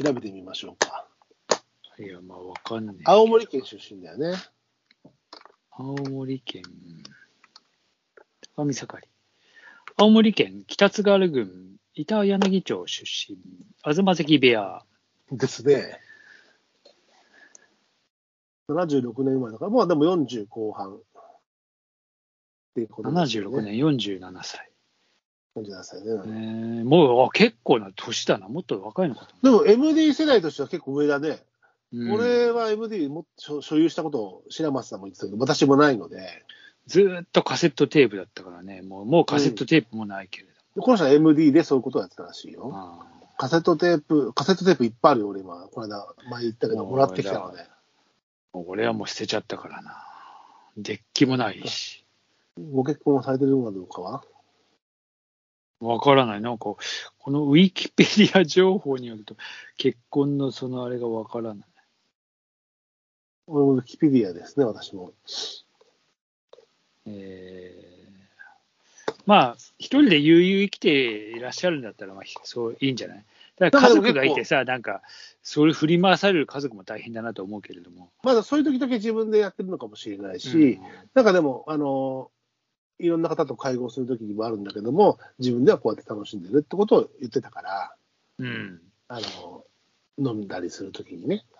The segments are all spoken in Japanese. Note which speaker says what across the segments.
Speaker 1: 調べてみましょうか。
Speaker 2: いや、まあ、わかんない。
Speaker 1: 青森県出身だよね。
Speaker 2: 青森県、高見盛り。青森県北津軽郡板柳町出身、東関部屋。
Speaker 1: ですね。76年生まれだから、まあでも40後半っていうことですよね。
Speaker 2: 76年47歳。
Speaker 1: 47歳ね。
Speaker 2: もう結構な年だな。もっと若いのかと
Speaker 1: でも MD 世代としては結構上だね。
Speaker 2: 思う。
Speaker 1: 俺は MD も所有したことを白松さんも言ってたけど、私もないので。
Speaker 2: ずーっとカセットテープだったからね。もうカセットテープもないけれど。
Speaker 1: この人は MD でそういうことをやってたらしいよ。
Speaker 2: あ
Speaker 1: カセットテープいっぱいあるよ、俺今。この間、前言ったけど、もらってきたので。
Speaker 2: 俺はもう捨てちゃったからな。デッキもないし。
Speaker 1: ご結婚されてるのかどうかは
Speaker 2: わからない。なんか、このウィキペディア情報によると、結婚のそのあれがわからない。
Speaker 1: 俺もウィキペディアですね、私も。
Speaker 2: まあ、一人で悠々生きていらっしゃるんだったら、まあ、そういいんじゃないだから家族がいてさ、なんか、それ振り回される家族も大変だなと思うけれども。
Speaker 1: まだそういう時だけ自分でやってるのかもしれないし、なんかでも、いろんな方と会合する時にもあるんだけども、自分ではこうやって楽しんでるってことを言ってたから、飲んだりする時にね、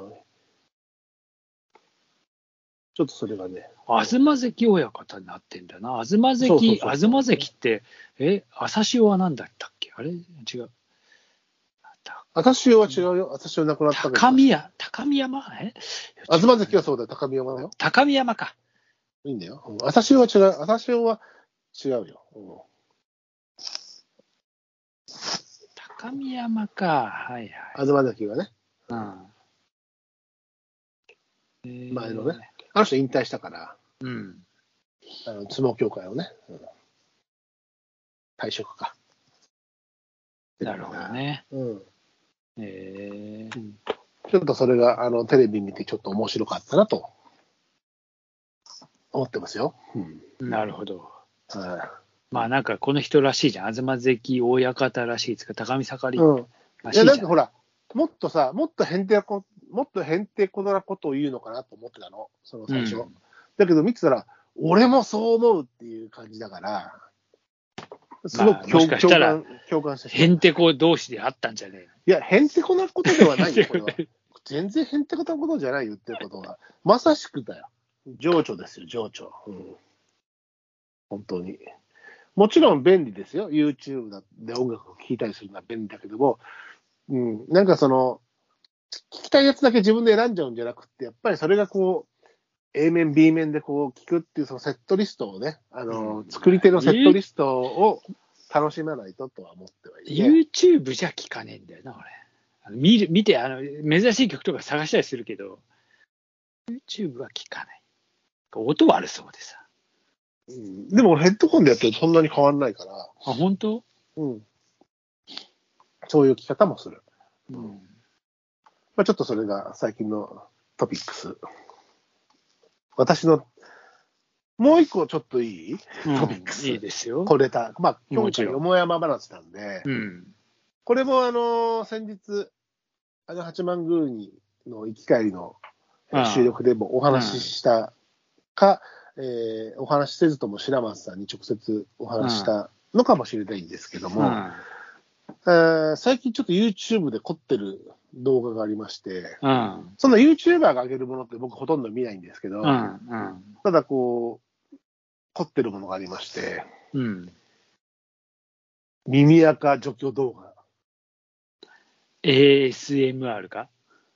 Speaker 1: ちょっとそれがね。
Speaker 2: 東関親方になってんだな。東関って、朝潮は何だったっけあれ違う。
Speaker 1: 朝潮は違うよ。朝潮なくなったけど。
Speaker 2: 高見山
Speaker 1: 東関はそうだよ。高見山だよ。
Speaker 2: 高見山か。
Speaker 1: いいんだよ。朝潮は違う。朝潮は違うよ。
Speaker 2: 高見山か。はいはい。
Speaker 1: 東関はね。前のね。あの人引退したから。相撲協会をね。退職か。
Speaker 2: なるほどね。
Speaker 1: ちょっとそれがテレビ見てちょっと面白かったなと思ってますよ。
Speaker 2: なるほど。まあなんかこの人らしいじゃん。東関親方らしいですか。高見盛りらしいじゃん。
Speaker 1: いやなんかほら、もっとへんてこなことを言うのかなと思ってたの。その最初。だけど見てたら、俺もそう思うっていう感じだから、すごく共感した。
Speaker 2: へんてこ同士であったんじゃねえの。
Speaker 1: いや、へんてこなことではないよ、これは。全然へんてこなことじゃないよっていうことは。まさしくだよ。情緒ですよ、情緒。本当に。もちろん便利ですよ。YouTube で音楽を聴いたりするのは便利だけども、なんか聞きたいやつだけ自分で選んじゃうんじゃなくて、やっぱりそれがこう、A 面、B 面でこう聞くっていうそのセットリストをね、作り手のセットリストを楽しまないととは思ってはいる、
Speaker 2: ね。YouTube じゃ聞かねえんだよな、俺。見て、珍しい曲とか探したりするけど、YouTube は聞かない。音悪そうでさ。
Speaker 1: でもヘッドホンでやってるとそんなに変わんないから。
Speaker 2: あ、本当？
Speaker 1: そういう聞き方もする。ちょっとそれが最近のトピックス。私の、もう一個ちょっといい、トピックス。
Speaker 2: いいですよ。
Speaker 1: これ今回、よもやま話なんで、これも先日、八幡宮の行き帰りの収録でもお話ししたか、お話しせずとも白松さんに直接お話したのかもしれないんですけども、最近ちょっと YouTube で凝ってる動画がありまして、そんな YouTuber が上げるものって僕ほとんど見ないんですけど、ただこう、凝ってるものがありまして、耳垢除去動画。
Speaker 2: ASMR か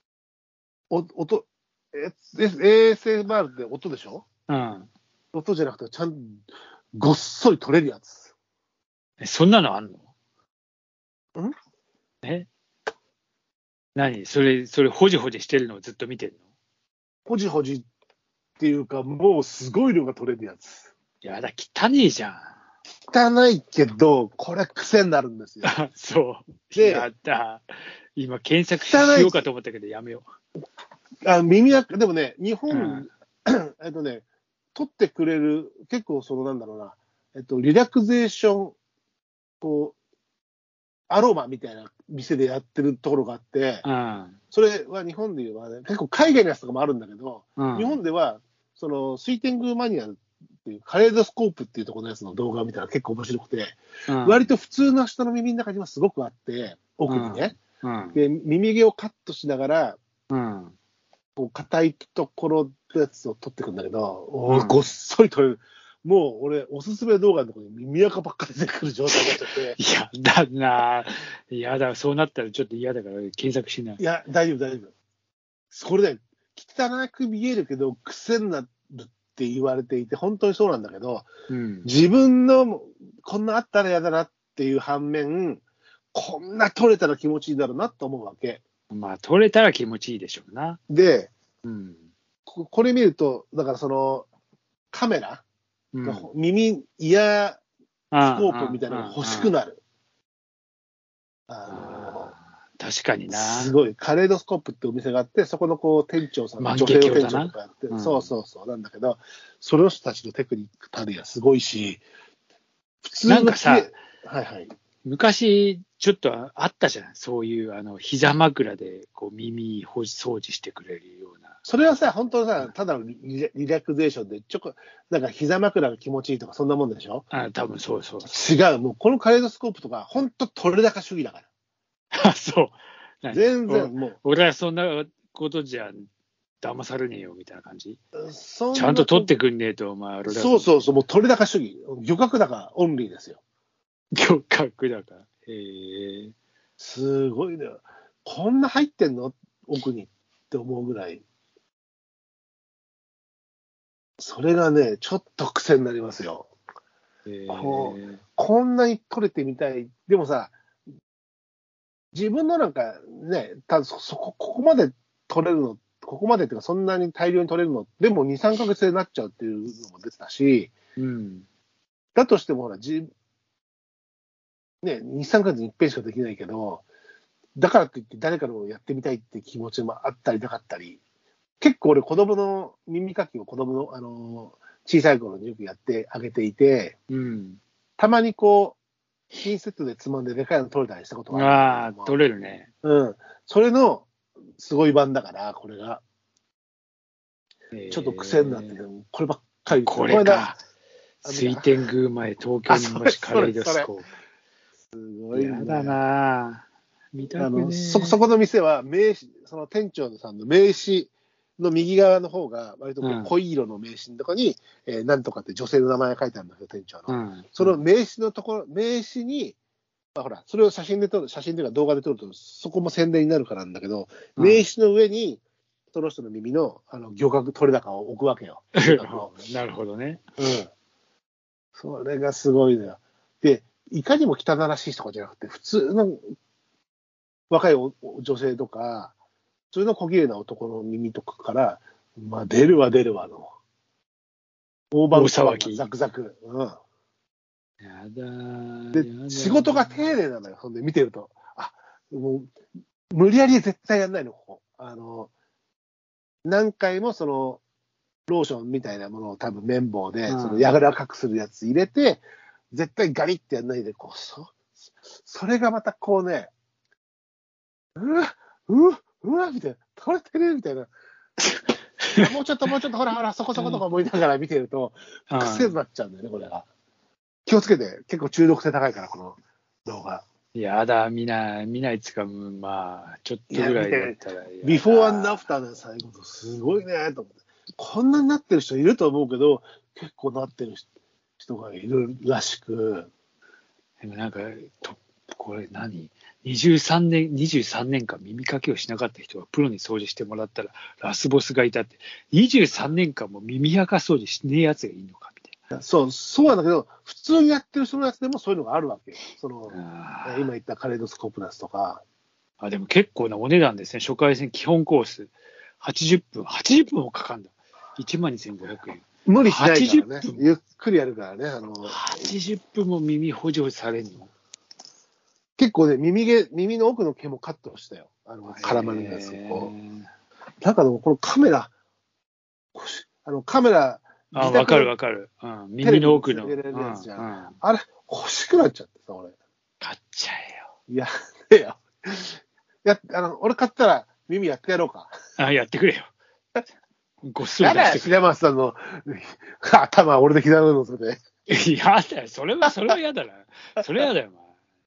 Speaker 1: ASMR って音でしょ？音じゃなくて、ちゃんとごっそり取れるやつ。
Speaker 2: そんなのあんの？何それほじほじしてるのをずっと見てるの？
Speaker 1: ほじほじっていうか、もうすごい量が取れるやつ。
Speaker 2: やだ、汚ねえじゃん。
Speaker 1: 汚いけど、これ癖になるんですよ。
Speaker 2: そう。やだ。今検索しようかと思ったけど、やめよ
Speaker 1: う。耳垢、でもね、日本、取ってくれる、結構なんだろうな、リラクゼーション、こう、 アロマみたいな店でやってるところがあって、それは日本で言えばね、結構海外のやつとかもあるんだけど、日本では、その、水天宮マニアっていうカレードスコープっていうところのやつの動画を見たら結構面白くて、割と普通の人の耳の中にはすごくあって、奥にね。で、耳毛をカットしながら、こう硬いところのやつを取ってくんだけど、ごっそり取れる。もう俺、おすすめ動画のところに耳垢ばっかり出てくる状態になっちゃって。
Speaker 2: いやだなぁ。いやだ、そうなったらちょっと嫌だから検索しない。
Speaker 1: いや、大丈夫、大丈夫。これね、汚く見えるけど、癖になるって言われていて、本当にそうなんだけど、自分のこんなあったら嫌だなっていう反面、こんな撮れたら気持ちいいだろうなと思うわけ。
Speaker 2: まあ、撮れたら気持ちいいでしょうな。
Speaker 1: で、これ見ると、だからその、カメラ、耳イヤースコープみたいなのが欲しくなる。
Speaker 2: 確かにな。
Speaker 1: すごい。カレードスコープってお店があって、そこのこう店長さん、女性の店長とかやって、そうなんだけど、その人たちのテクニックたるやすごいし、
Speaker 2: 普通なんかさ、昔ちょっとあったじゃん。そういう膝枕でこう耳掃除してくれるような。
Speaker 1: それはさ、本当さ、ただのリラクゼーションで、なんか膝枕が気持ちいいとか、そんなもんでしょ？
Speaker 2: 多分そう。
Speaker 1: 違う。もうこのカレードスコープとか、本当取れ高主義だから。
Speaker 2: そう。
Speaker 1: 全然もう。
Speaker 2: 俺はそんなことじゃ騙されねえよみたいな感じ。ちゃんと取ってくんねえと、お前。
Speaker 1: そう、もう取れ高主義。漁獲高オンリーですよ。
Speaker 2: 漁獲高。
Speaker 1: すごいね。こんな入ってんの？奥にって思うぐらい。それがね、ちょっと癖になりますよ。こんなに取れてみたい。でもさ、自分のなんかね、ここまで取れるの、ここまでっていうか、そんなに大量に取れるの、でも2、3ヶ月でなっちゃうっていうのも出てたし、だとしてもほら、2、3ヶ月に一遍しかできないけど、だからといって誰かのやってみたいって気持ちもあったりなかったり、結構俺子供の耳かきを子供の、小さい頃によくやってあげていて、たまにこう、ピンセットでつまんででかいの取れたりしたことがある。
Speaker 2: 取れるね。
Speaker 1: それのすごい版だから、これが。ちょっと癖になってて、こればっかり。
Speaker 2: これか。水天宮前、東京にもしカレードスコープ。
Speaker 1: すごいね。
Speaker 2: やだな見たくね
Speaker 1: そこの店は名刺、その店長さんの名刺の右側の方が割と濃い色の名刺のところに、なんとかって女性の名前が書いてあるんだけど、店長の。その名刺のところ、名刺に、ほら、それを写真というか動画で撮ると、そこも宣伝になるからなんだけど、名刺の上に、その人の耳の漁獲取れ高を置くわけよ。
Speaker 2: なるほどね。
Speaker 1: それがすごいのよ。で、いかにも汚らしい人とかじゃなくて、普通の若い女性とか、普通の小綺麗な男の耳とかから、まあ出るわの。大騒ぎ。ザクザク。
Speaker 2: やだ
Speaker 1: で、仕事が丁寧なのよ、そんで見てると。もう、無理やり絶対やんないの、ここ。何回もその、ローションみたいなものを多分綿棒で、その、柔らかくするやつ入れて、絶対ガリってやんないで、こう、それがまたこうね、うわみたいな、取れてるみたいな。もうちょっと、ほら、そことか思いながら見てると、癖になっちゃうんだよね、これが。気をつけて、結構中毒性高いから、この動画。
Speaker 2: やだ、見ないつか、まあ、ちょっとぐらいだったら。
Speaker 1: ビフォーアンドアフターの最後と、すごいね、と思って。こんなになってる人いると思うけど、結構なってる人がいるらしく。
Speaker 2: でもなんか、これ何23年間耳かきをしなかった人がプロに掃除してもらったらラスボスがいたって、23年間も耳垢掃除しねえやつがいいのかみたいな。
Speaker 1: そうなんだけど、普通にやってる人のやつでもそういうのがあるわけよ。今言ったカレードスコープのやつとか。
Speaker 2: でも結構なお値段ですね。初回戦基本コース。80分もかかんだ。12,500円。
Speaker 1: 無理しないからね。ゆっくりやるからね。
Speaker 2: 80分も耳補助されんの？
Speaker 1: 結構ね、耳の奥の毛もカットしたよ。絡まるやつを。なんかでも、このカメラ、
Speaker 2: わかる。耳の奥の。
Speaker 1: あれ、欲しくなっちゃってさ、俺。
Speaker 2: 買っちゃえよ。
Speaker 1: いや、俺買ったら耳やってやろうか。
Speaker 2: やってくれよ。ごっそり
Speaker 1: やだよ、
Speaker 2: 出してくれ。
Speaker 1: 白松さんの頭、俺で左のそれで。
Speaker 2: やだよ、それは嫌だな。それ嫌だよ、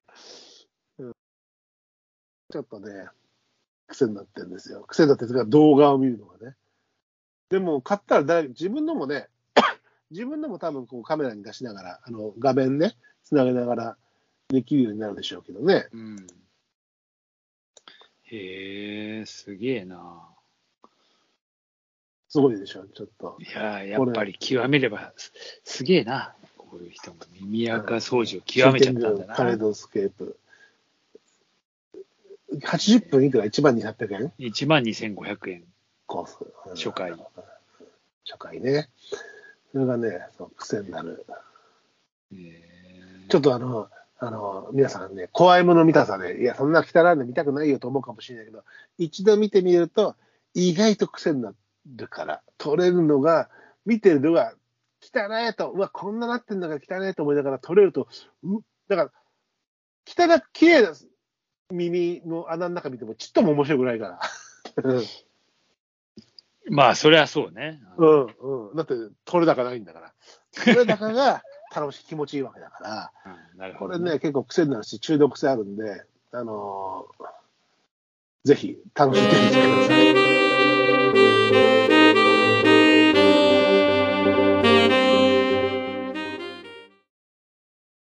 Speaker 1: ちょっとね、癖になってるんですよ。癖になってるから動画を見るのがね。でも、買ったら自分のもね、自分のも多分こうカメラに出しながら、画面ね、つなげながらできるようになるでしょうけどね。
Speaker 2: うん。へえ、すげえな。
Speaker 1: すごいでしょ、ちょっと。
Speaker 2: いや、やっぱり極めればすげえな。こういう人も耳垢掃除を極めちゃったんだな。
Speaker 1: カレドスケープ。80分いくら ?12,800 円
Speaker 2: ?12,500 円。
Speaker 1: コース。
Speaker 2: 初回。
Speaker 1: 初回ね。それがね、癖になる。ちょっと皆さんね、怖いもの見たさで、いや、そんな汚いの見たくないよと思うかもしれないけど、一度見てみると、意外と癖になるから、撮れるのが、見てるのが、汚いと、うわ、こんななってんだから汚いと思いながら撮れると、だから、綺麗な耳の穴の中見てもちっとも面白くないから。
Speaker 2: まあ、それはそうね。
Speaker 1: だって、撮れ高ないんだから。撮れ高が楽しい、気持ちいいわけだから、これね、結構癖になるし、中毒性あるんで、ぜひ楽しんでみてください。